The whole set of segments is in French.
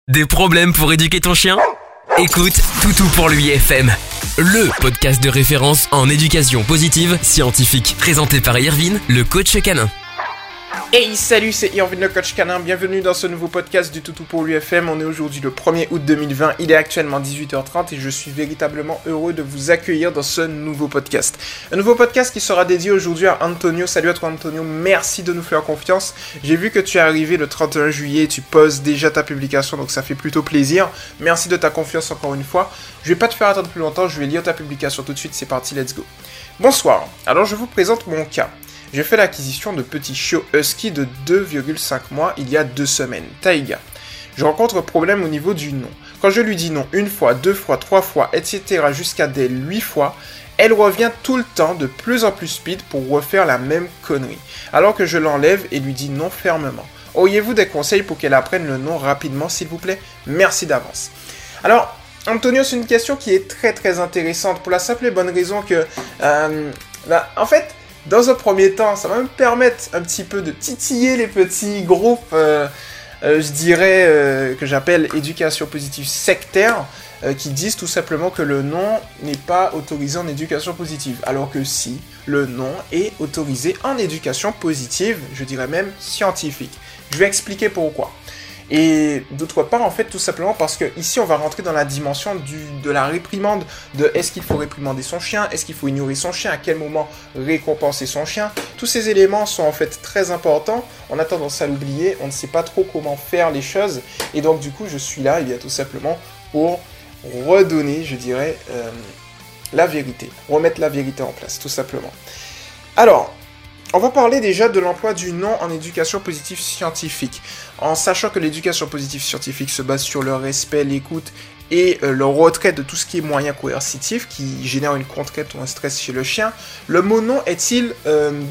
Des problèmes pour éduquer ton chien ? Écoute Toutou pour lui FM, le podcast de référence en éducation positive scientifique, présenté par Irvine, le coach canin. Hey salut, c'est Irvine le coach canin, bienvenue dans ce nouveau podcast du Toutou pour l'UFM. On est aujourd'hui le 1er août 2020, il est actuellement 18h30 et je suis véritablement heureux de vous accueillir dans ce nouveau podcast. Un nouveau podcast qui sera dédié aujourd'hui à Antonio. Salut à toi Antonio, merci de nous faire confiance. J'ai vu que tu es arrivé le 31 juillet, tu poses déjà ta publication donc ça fait plutôt plaisir. Merci de ta confiance encore une fois. Je vais pas te faire attendre plus longtemps, je vais lire ta publication tout de suite, c'est parti, let's go. Bonsoir, alors je vous présente mon cas. J'ai fait l'acquisition de petits chiots husky de 2,5 mois il y a 2 semaines, Taiga. Je rencontre problème au niveau du nom. Quand je lui dis non 1 fois, 2 fois, 3 fois, etc. jusqu'à des 8 fois, elle revient tout le temps de plus en plus speed pour refaire la même connerie. Alors que je l'enlève et lui dis non fermement. Auriez-vous des conseils pour qu'elle apprenne le nom rapidement s'il vous plaît ? Merci d'avance. Alors, Antonio, c'est une question qui est très intéressante pour la simple et bonne raison que... en fait... Dans un premier temps, ça va me permettre un petit peu de titiller les petits groupes, je dirais, que j'appelle éducation positive sectaire, qui disent tout simplement que le nom n'est pas autorisé en éducation positive. Alors que si, le nom est autorisé en éducation positive, je dirais même scientifique. Je vais expliquer pourquoi. Et d'autre part, en fait, tout simplement parce que ici, on va rentrer dans la dimension de la réprimande, de est-ce qu'il faut réprimander son chien, est-ce qu'il faut ignorer son chien, à quel moment récompenser son chien. Tous ces éléments sont en fait très importants, on a tendance à l'oublier, on ne sait pas trop comment faire les choses, et donc du coup, je suis là, tout simplement, pour redonner, je dirais, la vérité, remettre la vérité en place, tout simplement. Alors... on va parler déjà de l'emploi du nom en éducation positive scientifique, en sachant que l'éducation positive scientifique se base sur le respect, l'écoute et le retrait de tout ce qui est moyen coercitif qui génère une contrainte ou un stress chez le chien. Le mot non est-il bénéfique ?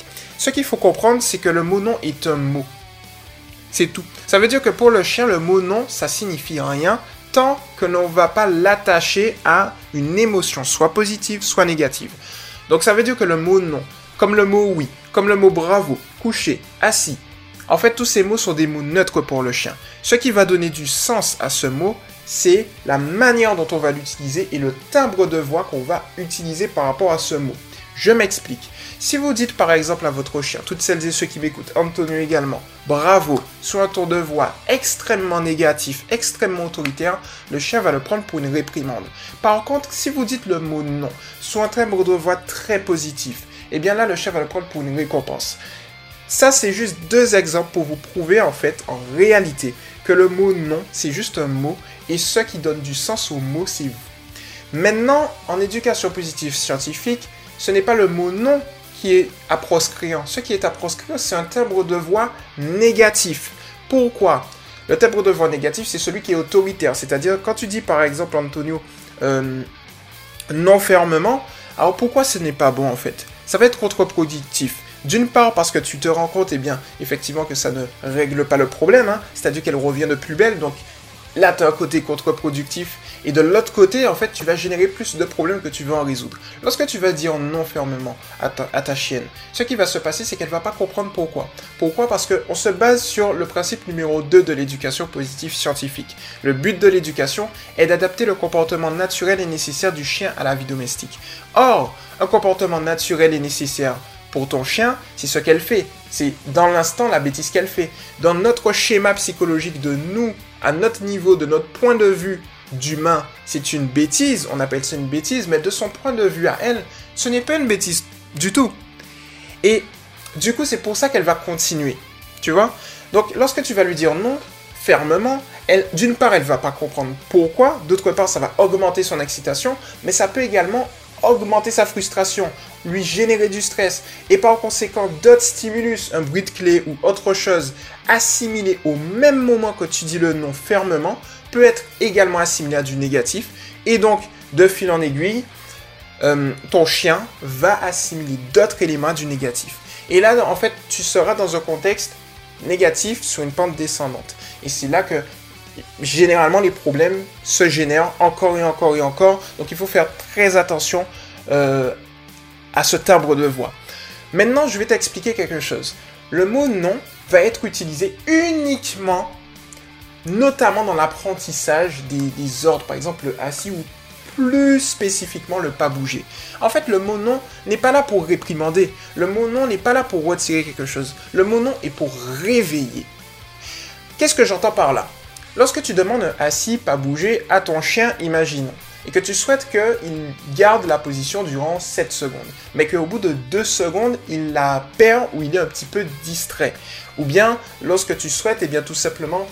Ce qu'il faut comprendre, c'est que le mot non est un mot. C'est tout. Ça veut dire que pour le chien, le mot non, ça signifie rien tant que l'on ne va pas l'attacher à une émotion, soit positive, soit négative. Donc ça veut dire que le mot non, comme le mot oui, comme le mot bravo, couché, assis. En fait, tous ces mots sont des mots neutres pour le chien. Ce qui va donner du sens à ce mot, c'est la manière dont on va l'utiliser et le timbre de voix qu'on va utiliser par rapport à ce mot. Je m'explique. Si vous dites par exemple à votre chien, toutes celles et ceux qui m'écoutent, Antonio également, bravo, sur un ton de voix extrêmement négatif, extrêmement autoritaire, le chien va le prendre pour une réprimande. Par contre, si vous dites le mot non, sur un timbre de voix très positif, et bien là, le chien va le prendre pour une récompense. Ça, c'est juste 2 exemples pour vous prouver, en fait, en réalité, que le mot non, c'est juste un mot, et ce qui donne du sens au mot, c'est vous. Maintenant, en éducation positive scientifique, ce n'est pas le mot non qui est à proscrire. Ce qui est à proscrire, c'est un timbre de voix négatif. Pourquoi ? Le timbre de voix négatif, c'est celui qui est autoritaire. C'est-à-dire, quand tu dis, par exemple, Antonio, non fermement, alors pourquoi ce n'est pas bon, en fait ? Ça va être contre-productif. D'une part parce que tu te rends compte, effectivement que ça ne règle pas le problème, c'est-à-dire qu'elle revient de plus belle, donc là tu as un côté contre-productif, et de l'autre côté, en fait, tu vas générer plus de problèmes que tu veux en résoudre. Lorsque tu vas dire non fermement à ta chienne, ce qui va se passer, c'est qu'elle ne va pas comprendre pourquoi. Pourquoi ? Parce qu'on se base sur le principe numéro 2 de l'éducation positive scientifique. Le but de l'éducation est d'adapter le comportement naturel et nécessaire du chien à la vie domestique. Or, un comportement naturel et nécessaire pour ton chien, c'est ce qu'elle fait. C'est dans l'instant la bêtise qu'elle fait. Dans notre schéma psychologique de nous, à notre niveau, de notre point de vue d'humain, c'est une bêtise, on appelle ça une bêtise, mais de son point de vue à elle, ce n'est pas une bêtise du tout. Et du coup, c'est pour ça qu'elle va continuer. Tu vois ? Donc, lorsque tu vas lui dire non, fermement, d'une part, elle ne va pas comprendre pourquoi, d'autre part, ça va augmenter son excitation, mais ça peut également augmenter sa frustration, lui générer du stress, et par conséquent d'autres stimulus, un bruit de clé ou autre chose, assimilé au même moment que tu dis le non fermement, peut être également assimilé à du négatif, et donc, de fil en aiguille, ton chien va assimiler d'autres éléments du négatif. Et là, en fait, tu seras dans un contexte négatif sur une pente descendante. Et c'est là que généralement les problèmes se génèrent encore et encore et encore. Donc il faut faire très attention à ce timbre de voix. Maintenant, je vais t'expliquer quelque chose. Le mot non va être utilisé uniquement notamment dans l'apprentissage des ordres, par exemple le assis ou plus spécifiquement le pas bouger. En fait, le mot non n'est pas là pour réprimander. Le mot non n'est pas là pour retirer quelque chose. Le mot non est pour réveiller. Qu'est-ce que j'entends par là? Lorsque tu demandes un assis, pas bouger à ton chien, imagine, et que tu souhaites qu'il garde la position durant 7 secondes, mais qu'au bout de 2 secondes, il la perd ou il est un petit peu distrait. Ou bien, lorsque tu souhaites, eh bien, tout simplement,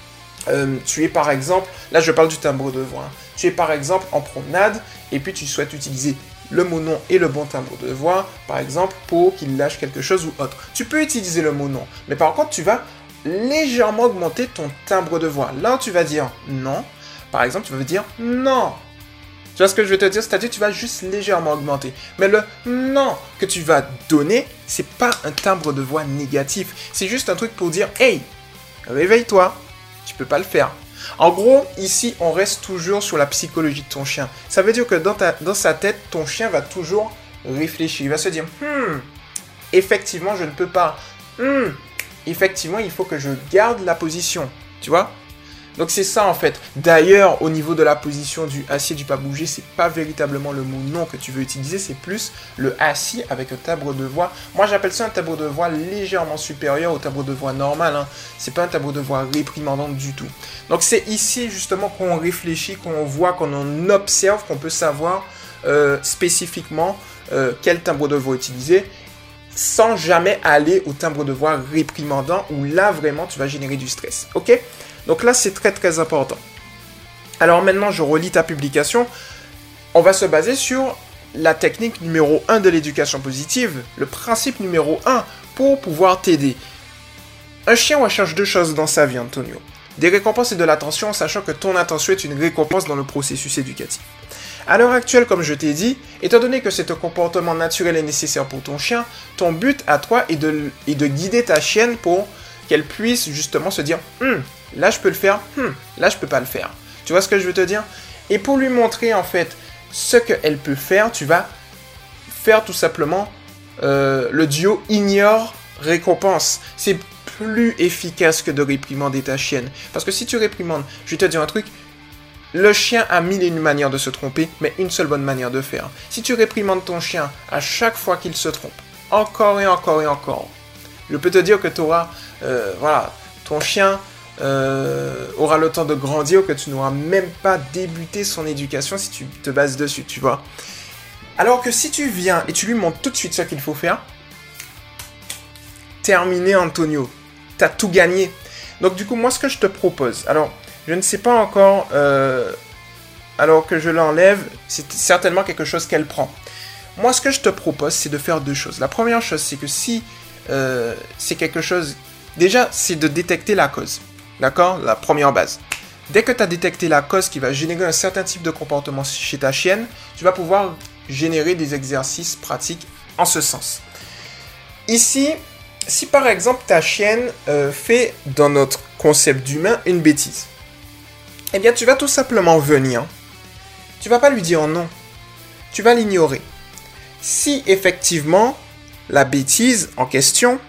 tu es par exemple, là je parle du timbre de voix, hein. Tu es par exemple en promenade et puis tu souhaites utiliser le mot non et le bon timbre de voix, par exemple, pour qu'il lâche quelque chose ou autre. Tu peux utiliser le mot non, mais par contre tu vas légèrement augmenter ton timbre de voix. Là tu vas dire non, par exemple tu vas dire non. Tu vois ce que je veux te dire? C'est-à-dire tu vas juste légèrement augmenter. Mais le non que tu vas donner, c'est pas un timbre de voix négatif. C'est juste un truc pour dire hey, réveille-toi. Tu peux pas le faire. En gros, ici, on reste toujours sur la psychologie de ton chien. Ça veut dire que dans sa tête, ton chien va toujours réfléchir. Il va se dire, effectivement, je ne peux pas. Effectivement, il faut que je garde la position. Tu vois? Donc c'est ça en fait. D'ailleurs, au niveau de la position du assis et du pas bouger, c'est pas véritablement le mot non que tu veux utiliser, c'est plus le assis avec un timbre de voix. Moi j'appelle ça un timbre de voix légèrement supérieur au timbre de voix normal. Hein. C'est pas un timbre de voix réprimandant du tout. Donc c'est ici justement qu'on réfléchit, qu'on voit, qu'on observe, qu'on peut savoir spécifiquement quel timbre de voix utiliser, sans jamais aller au timbre de voix réprimandant où là vraiment tu vas générer du stress. Ok? Donc là, c'est très très important. Alors maintenant, je relis ta publication. On va se baser sur la technique numéro 1 de l'éducation positive, le principe numéro 1 pour pouvoir t'aider. Un chien recherche 2 choses dans sa vie, Antonio. Des récompenses et de l'attention, en sachant que ton attention est une récompense dans le processus éducatif. À l'heure actuelle, comme je t'ai dit, étant donné que c'est un comportement naturel et nécessaire pour ton chien, ton but à toi est de guider ta chienne pour qu'elle puisse justement se dire là je peux le faire, là je peux pas le faire. Tu vois ce que je veux te dire? Et pour lui montrer en fait ce qu'elle peut faire, tu vas faire tout simplement le duo ignore-récompense. C'est plus efficace que de réprimander ta chienne. Parce que si tu réprimandes, je vais te dire un truc, le chien a 1001 manières de se tromper, mais une seule bonne manière de faire. Si tu réprimandes ton chien à chaque fois qu'il se trompe, encore et encore et encore, je peux te dire que tu auras, ton chien aura le temps de grandir, que tu n'auras même pas débuté son éducation si tu te bases dessus, tu vois. Alors que si tu viens et tu lui montres tout de suite ce qu'il faut faire, terminé Antonio, t'as tout gagné. Donc du coup, moi ce que je te propose, alors je ne sais pas encore, alors que je l'enlève, c'est certainement quelque chose qu'elle prend. Moi ce que je te propose, c'est de faire 2 choses. La première chose, c'est que si c'est quelque chose, déjà c'est de détecter la cause. D'accord? La première base. Dès que tu as détecté la cause qui va générer un certain type de comportement chez ta chienne, tu vas pouvoir générer des exercices pratiques en ce sens. Ici, si par exemple ta chienne fait, dans notre concept d'humain, une bêtise, eh bien tu vas tout simplement venir. Tu vas pas lui dire non. Tu vas l'ignorer. Si effectivement la bêtise en question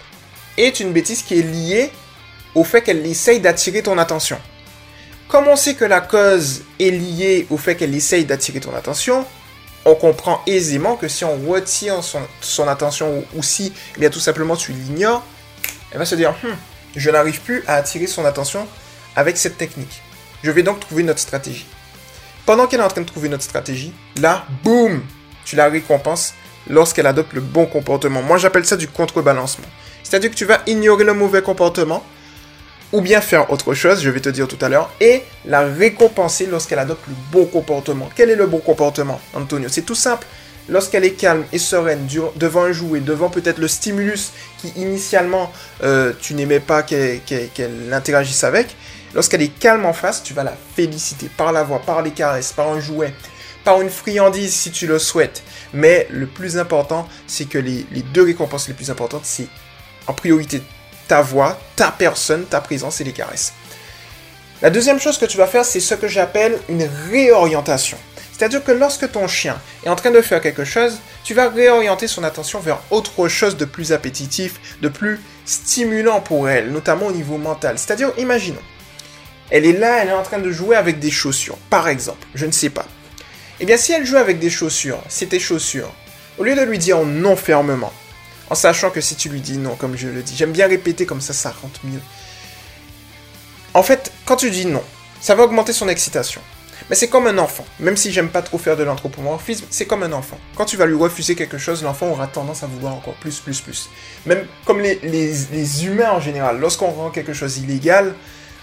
est une bêtise qui est liée au fait qu'elle essaye d'attirer ton attention. Comme on sait que la cause est liée au fait qu'elle essaye d'attirer ton attention, on comprend aisément que si on retire son attention ou si, eh bien tout simplement tu l'ignores, elle va se dire je n'arrive plus à attirer son attention avec cette technique. Je vais donc trouver notre stratégie. Pendant qu'elle est en train de trouver notre stratégie, là, boum, tu la récompenses lorsqu'elle adopte le bon comportement. Moi, j'appelle ça du contrebalancement. C'est-à-dire que tu vas ignorer le mauvais comportement ou bien faire autre chose, je vais te dire tout à l'heure, et la récompenser lorsqu'elle adopte le bon comportement. Quel est le bon comportement, Antonio? C'est tout simple. Lorsqu'elle est calme et sereine devant un jouet, devant peut-être le stimulus qui initialement tu n'aimais pas qu'elle interagisse avec, lorsqu'elle est calme en face, tu vas la féliciter par la voix, par les caresses, par un jouet, par une friandise si tu le souhaites. Mais le plus important, c'est que les 2 récompenses les plus importantes, c'est en priorité ta voix, ta personne, ta présence et les caresses. La deuxième chose que tu vas faire, c'est ce que j'appelle une réorientation. C'est-à-dire que lorsque ton chien est en train de faire quelque chose, tu vas réorienter son attention vers autre chose de plus appétitif, de plus stimulant pour elle, notamment au niveau mental. C'est-à-dire, imaginons, Elle est là, elle est en train de jouer avec des chaussures, par exemple, je ne sais pas. Eh bien, si elle joue avec des chaussures, c'est tes chaussures, au lieu de lui dire non fermement, en sachant que si tu lui dis non, comme je le dis, j'aime bien répéter comme ça rentre mieux. En fait, quand tu dis non, ça va augmenter son excitation. Mais c'est comme un enfant. Même si j'aime pas trop faire de l'anthropomorphisme, c'est comme un enfant. Quand tu vas lui refuser quelque chose, l'enfant aura tendance à vouloir encore plus. Même comme les humains en général. Lorsqu'on rend quelque chose illégal,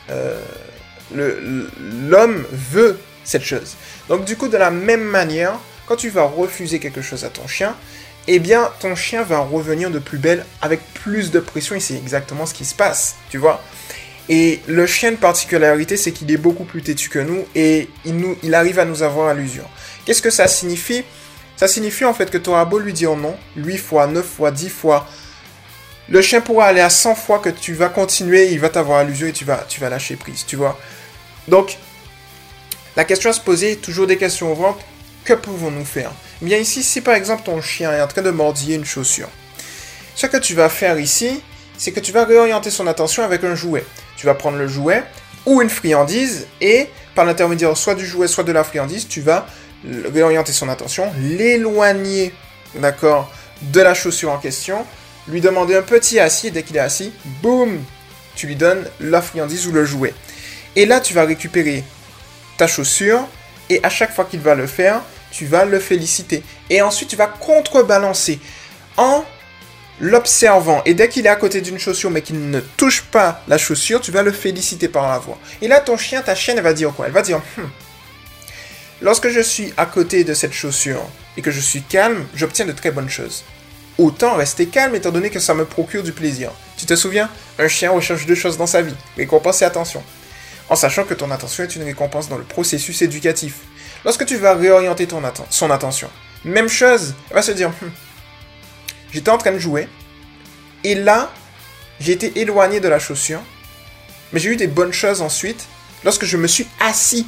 l'homme veut cette chose. Donc du coup, de la même manière, quand tu vas refuser quelque chose à ton chien, eh bien, ton chien va revenir de plus belle avec plus de pression et c'est exactement ce qui se passe, tu vois. Et le chien de particularité, c'est qu'il est beaucoup plus têtu que nous et il arrive à nous avoir à l'usure. Qu'est-ce que ça signifie? Ça signifie en fait que tu auras beau lui dire non, 8 fois, 9 fois, 10 fois. Le chien pourra aller à 100 fois que tu vas continuer, il va t'avoir à l'usure et tu vas lâcher prise, tu vois. Donc, la question à se poser, toujours des questions au ventre, que pouvons-nous faire? Bien ici, si par exemple ton chien est en train de mordiller une chaussure, ce que tu vas faire ici, c'est que tu vas réorienter son attention avec un jouet. Tu vas prendre le jouet ou une friandise et par l'intermédiaire soit du jouet, soit de la friandise, tu vas réorienter son attention, l'éloigner, d'accord, de la chaussure en question, lui demander un petit assis et dès qu'il est assis, boum, tu lui donnes la friandise ou le jouet. Et là, tu vas récupérer ta chaussure et à chaque fois qu'il va le faire, tu vas le féliciter. Et ensuite, tu vas contrebalancer en l'observant. Et dès qu'il est à côté d'une chaussure mais qu'il ne touche pas la chaussure, tu vas le féliciter par la voix. Et là, ton chien, ta chienne, elle va dire quoi? Elle va dire lorsque je suis à côté de cette chaussure et que je suis calme, j'obtiens de très bonnes choses. Autant rester calme étant donné que ça me procure du plaisir. Tu te souviens? Un chien recherche 2 choses dans sa vie, récompense et attention. En sachant que ton attention est une récompense dans le processus éducatif. Lorsque tu vas réorienter son attention, même chose, elle va se dire j'étais en train de jouer, et là, j'ai été éloigné de la chaussure, mais j'ai eu des bonnes choses ensuite, lorsque je me suis assis.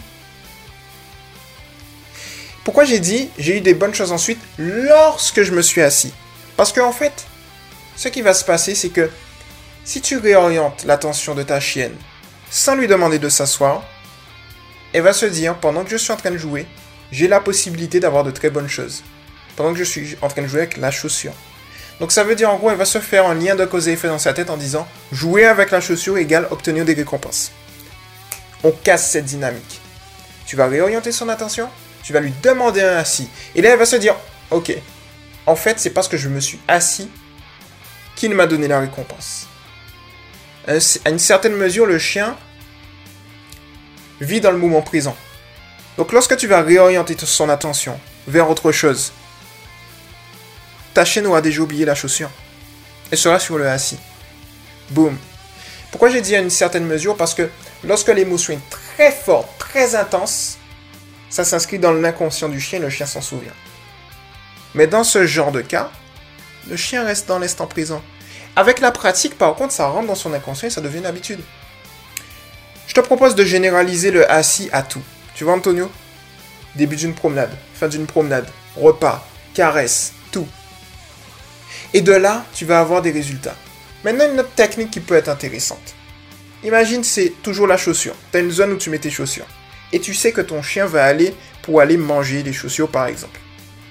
Pourquoi j'ai dit j'ai eu des bonnes choses ensuite lorsque je me suis assis? Parce qu'en fait, ce qui va se passer, c'est que si tu réorientes l'attention de ta chienne sans lui demander de s'asseoir, elle va se dire, pendant que je suis en train de jouer, j'ai la possibilité d'avoir de très bonnes choses. Pendant que je suis en train de jouer avec la chaussure. Donc ça veut dire en gros, elle va se faire un lien de cause et effet dans sa tête en disant jouer avec la chaussure égale obtenir des récompenses. On casse cette dynamique. Tu vas réorienter son attention, tu vas lui demander un assis. Et là, elle va se dire ok, en fait, c'est parce que je me suis assis qu'il m'a donné la récompense. À une certaine mesure, le chien vit dans le moment présent. Donc lorsque tu vas réorienter son attention vers autre chose, ta chienne aura déjà oublié la chaussure. Elle sera sur le assis. Boum. Pourquoi j'ai dit à une certaine mesure? Parce que lorsque l'émotion est très forte, très intense, ça s'inscrit dans l'inconscient du chien et le chien s'en souvient. Mais dans ce genre de cas, le chien reste dans l'instant présent. Avec la pratique, par contre, ça rentre dans son inconscient et ça devient une habitude. Je te propose de généraliser le assis à tout. Tu vois, Antonio? Début d'une promenade, fin d'une promenade, repas, caresse, tout. Et de là, tu vas avoir des résultats. Maintenant, une autre technique qui peut être intéressante. Imagine, c'est toujours la chaussure. Tu as une zone où tu mets tes chaussures. Et tu sais que ton chien va aller pour aller manger les chaussures, par exemple.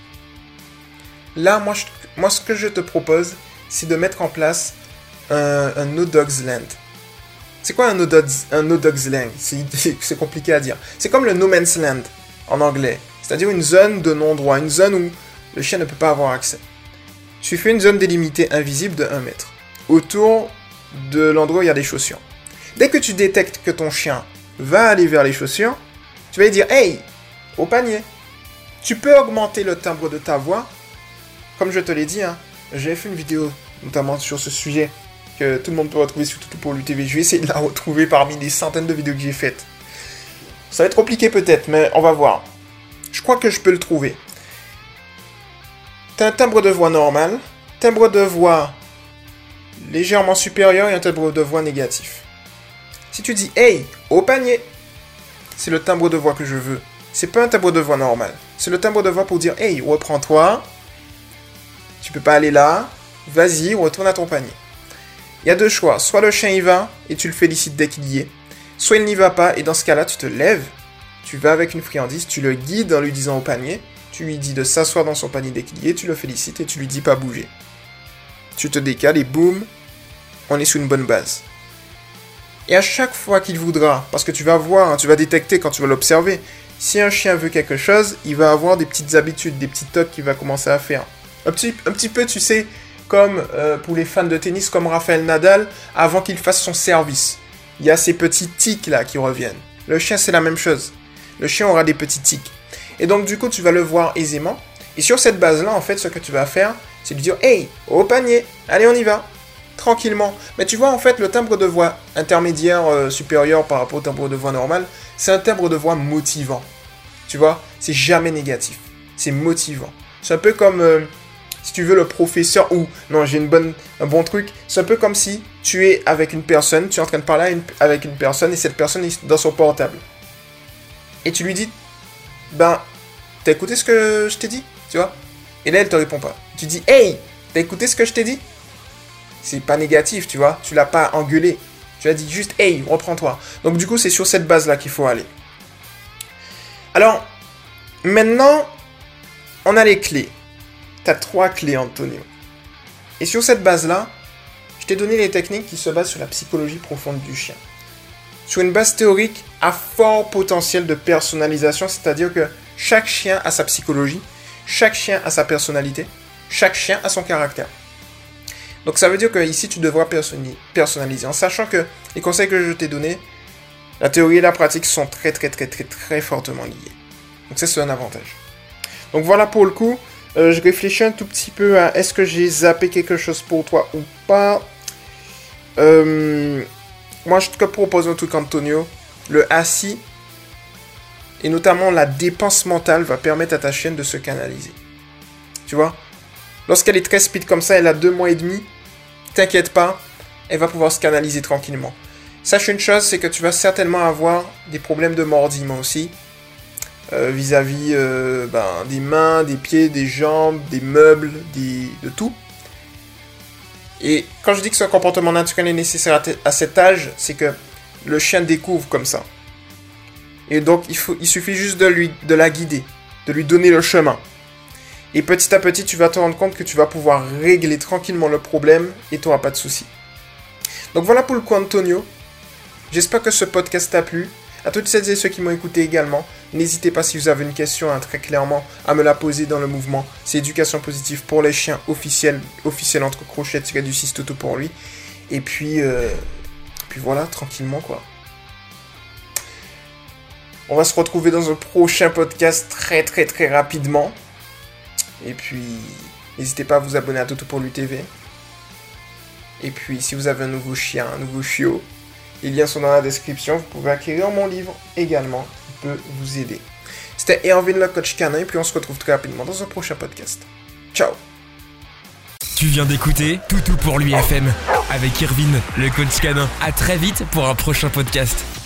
Là, moi ce que je te propose, c'est de mettre en place un no dog's land. C'est quoi un no dog's land? C'est compliqué à dire. C'est comme le no man's land en anglais. C'est-à-dire une zone de non-droit, une zone où le chien ne peut pas avoir accès. Tu fais une zone délimitée invisible de 1 mètre autour de l'endroit où il y a des chaussures. Dès que tu détectes que ton chien va aller vers les chaussures, tu vas lui dire « Hey, au panier !» Tu peux augmenter le timbre de ta voix. Comme je te l'ai dit, j'ai fait une vidéo notamment sur ce sujet que tout le monde peut retrouver sur Toutou pour lui TV. Je vais essayer de la retrouver parmi les centaines de vidéos que j'ai faites. Ça va être compliqué peut-être, mais on va voir. Je crois que je peux le trouver. T'as un timbre de voix normal, timbre de voix légèrement supérieur et un timbre de voix négatif. Si tu dis « Hey, au panier !» c'est le timbre de voix que je veux. C'est pas un timbre de voix normal. C'est le timbre de voix pour dire « Hey, reprends-toi. Tu peux pas aller là. Vas-y, retourne à ton panier. » Il y a 2 choix. Soit le chien y va et tu le félicites dès qu'il y est. soit il n'y va pas, et dans ce cas-là, tu te lèves, tu vas avec une friandise, tu le guides en lui disant au panier, tu lui dis de s'asseoir dans son panier dès qu'il y est, tu le félicites et tu lui dis pas bouger. Tu te décales et boum, on est sous une bonne base. Et à chaque fois qu'il voudra, parce que tu vas voir, tu vas détecter quand tu vas l'observer, si un chien veut quelque chose, il va avoir des petites habitudes, des petits tocs qu'il va commencer à faire. Un petit peu, tu sais, comme pour les fans de tennis, comme Rafael Nadal, avant qu'il fasse son service. Il y a ces petits tics là qui reviennent. Le chien, c'est la même chose. Le chien aura des petits tics. Et donc, du coup, tu vas le voir aisément. Et sur cette base-là, en fait, ce que tu vas faire, c'est lui dire « Hey, au panier, allez, on y va !» Tranquillement. Mais tu vois, en fait, le timbre de voix intermédiaire supérieur par rapport au timbre de voix normal, c'est un timbre de voix motivant. Tu vois, c'est jamais négatif. C'est motivant. C'est un peu comme, si tu veux, le professeur ou... Non, j'ai un bon truc. C'est un peu comme si tu es avec une personne, tu es en train de parler avec une personne et cette personne est dans son portable. Et tu lui dis, ben, t'as écouté ce que je t'ai dit, tu vois? Et là, elle te répond pas. Tu dis, hey, t'as écouté ce que je t'ai dit? C'est pas négatif, tu vois? Tu l'as pas engueulé. Tu as dit juste, hey, reprends-toi. Donc, du coup, c'est sur cette base-là qu'il faut aller. Alors, maintenant, on a les clés. T'as 3 clés, Antonio. Et sur cette base-là, je t'ai donné les techniques qui se basent sur la psychologie profonde du chien. Sur une base théorique à fort potentiel de personnalisation, c'est-à-dire que chaque chien a sa psychologie, chaque chien a sa personnalité, chaque chien a son caractère. Donc ça veut dire que ici tu devras personnaliser, en sachant que les conseils que je t'ai donnés, la théorie et la pratique sont très fortement liés. Donc ça, c'est un avantage. Donc voilà pour le coup, je réfléchis un tout petit peu à est-ce que j'ai zappé quelque chose pour toi ou pas. Moi, je te propose un truc, Antonio. Le assis, et notamment la dépense mentale, va permettre à ta chienne de se canaliser. Tu vois? Lorsqu'elle est très speed comme ça, elle a 2 mois et demi, t'inquiète pas, elle va pouvoir se canaliser tranquillement. Sache une chose, c'est que tu vas certainement avoir des problèmes de mordillement aussi, vis-à-vis des mains, des pieds, des jambes, des meubles, de tout. Et quand je dis que c'est un comportement naturel et nécessaire à cet âge, c'est que le chien découvre comme ça. Et donc, il suffit juste de la guider, de lui donner le chemin. Et petit à petit, tu vas te rendre compte que tu vas pouvoir régler tranquillement le problème et tu n'auras pas de soucis. Donc voilà pour le coup, Antonio. J'espère que ce podcast t'a plu. À toutes celles et ceux qui m'ont écouté également, n'hésitez pas si vous avez une question très clairement à me la poser dans le mouvement. C'est éducation positive pour les chiens officiel entre crochets du 6 Toto pour lui. Et puis voilà, tranquillement quoi. On va se retrouver dans un prochain podcast très rapidement. Et puis, n'hésitez pas à vous abonner à Toto pour lui TV. Et puis, si vous avez un nouveau chien, un nouveau chiot, les liens sont dans la description. Vous pouvez acquérir mon livre également. Il peut vous aider. C'était Erwin, le coach canin. Et puis, on se retrouve très rapidement dans un prochain podcast. Ciao. Tu viens d'écouter Toutou pour lui FM avec Erwin, le coach canin. À très vite pour un prochain podcast.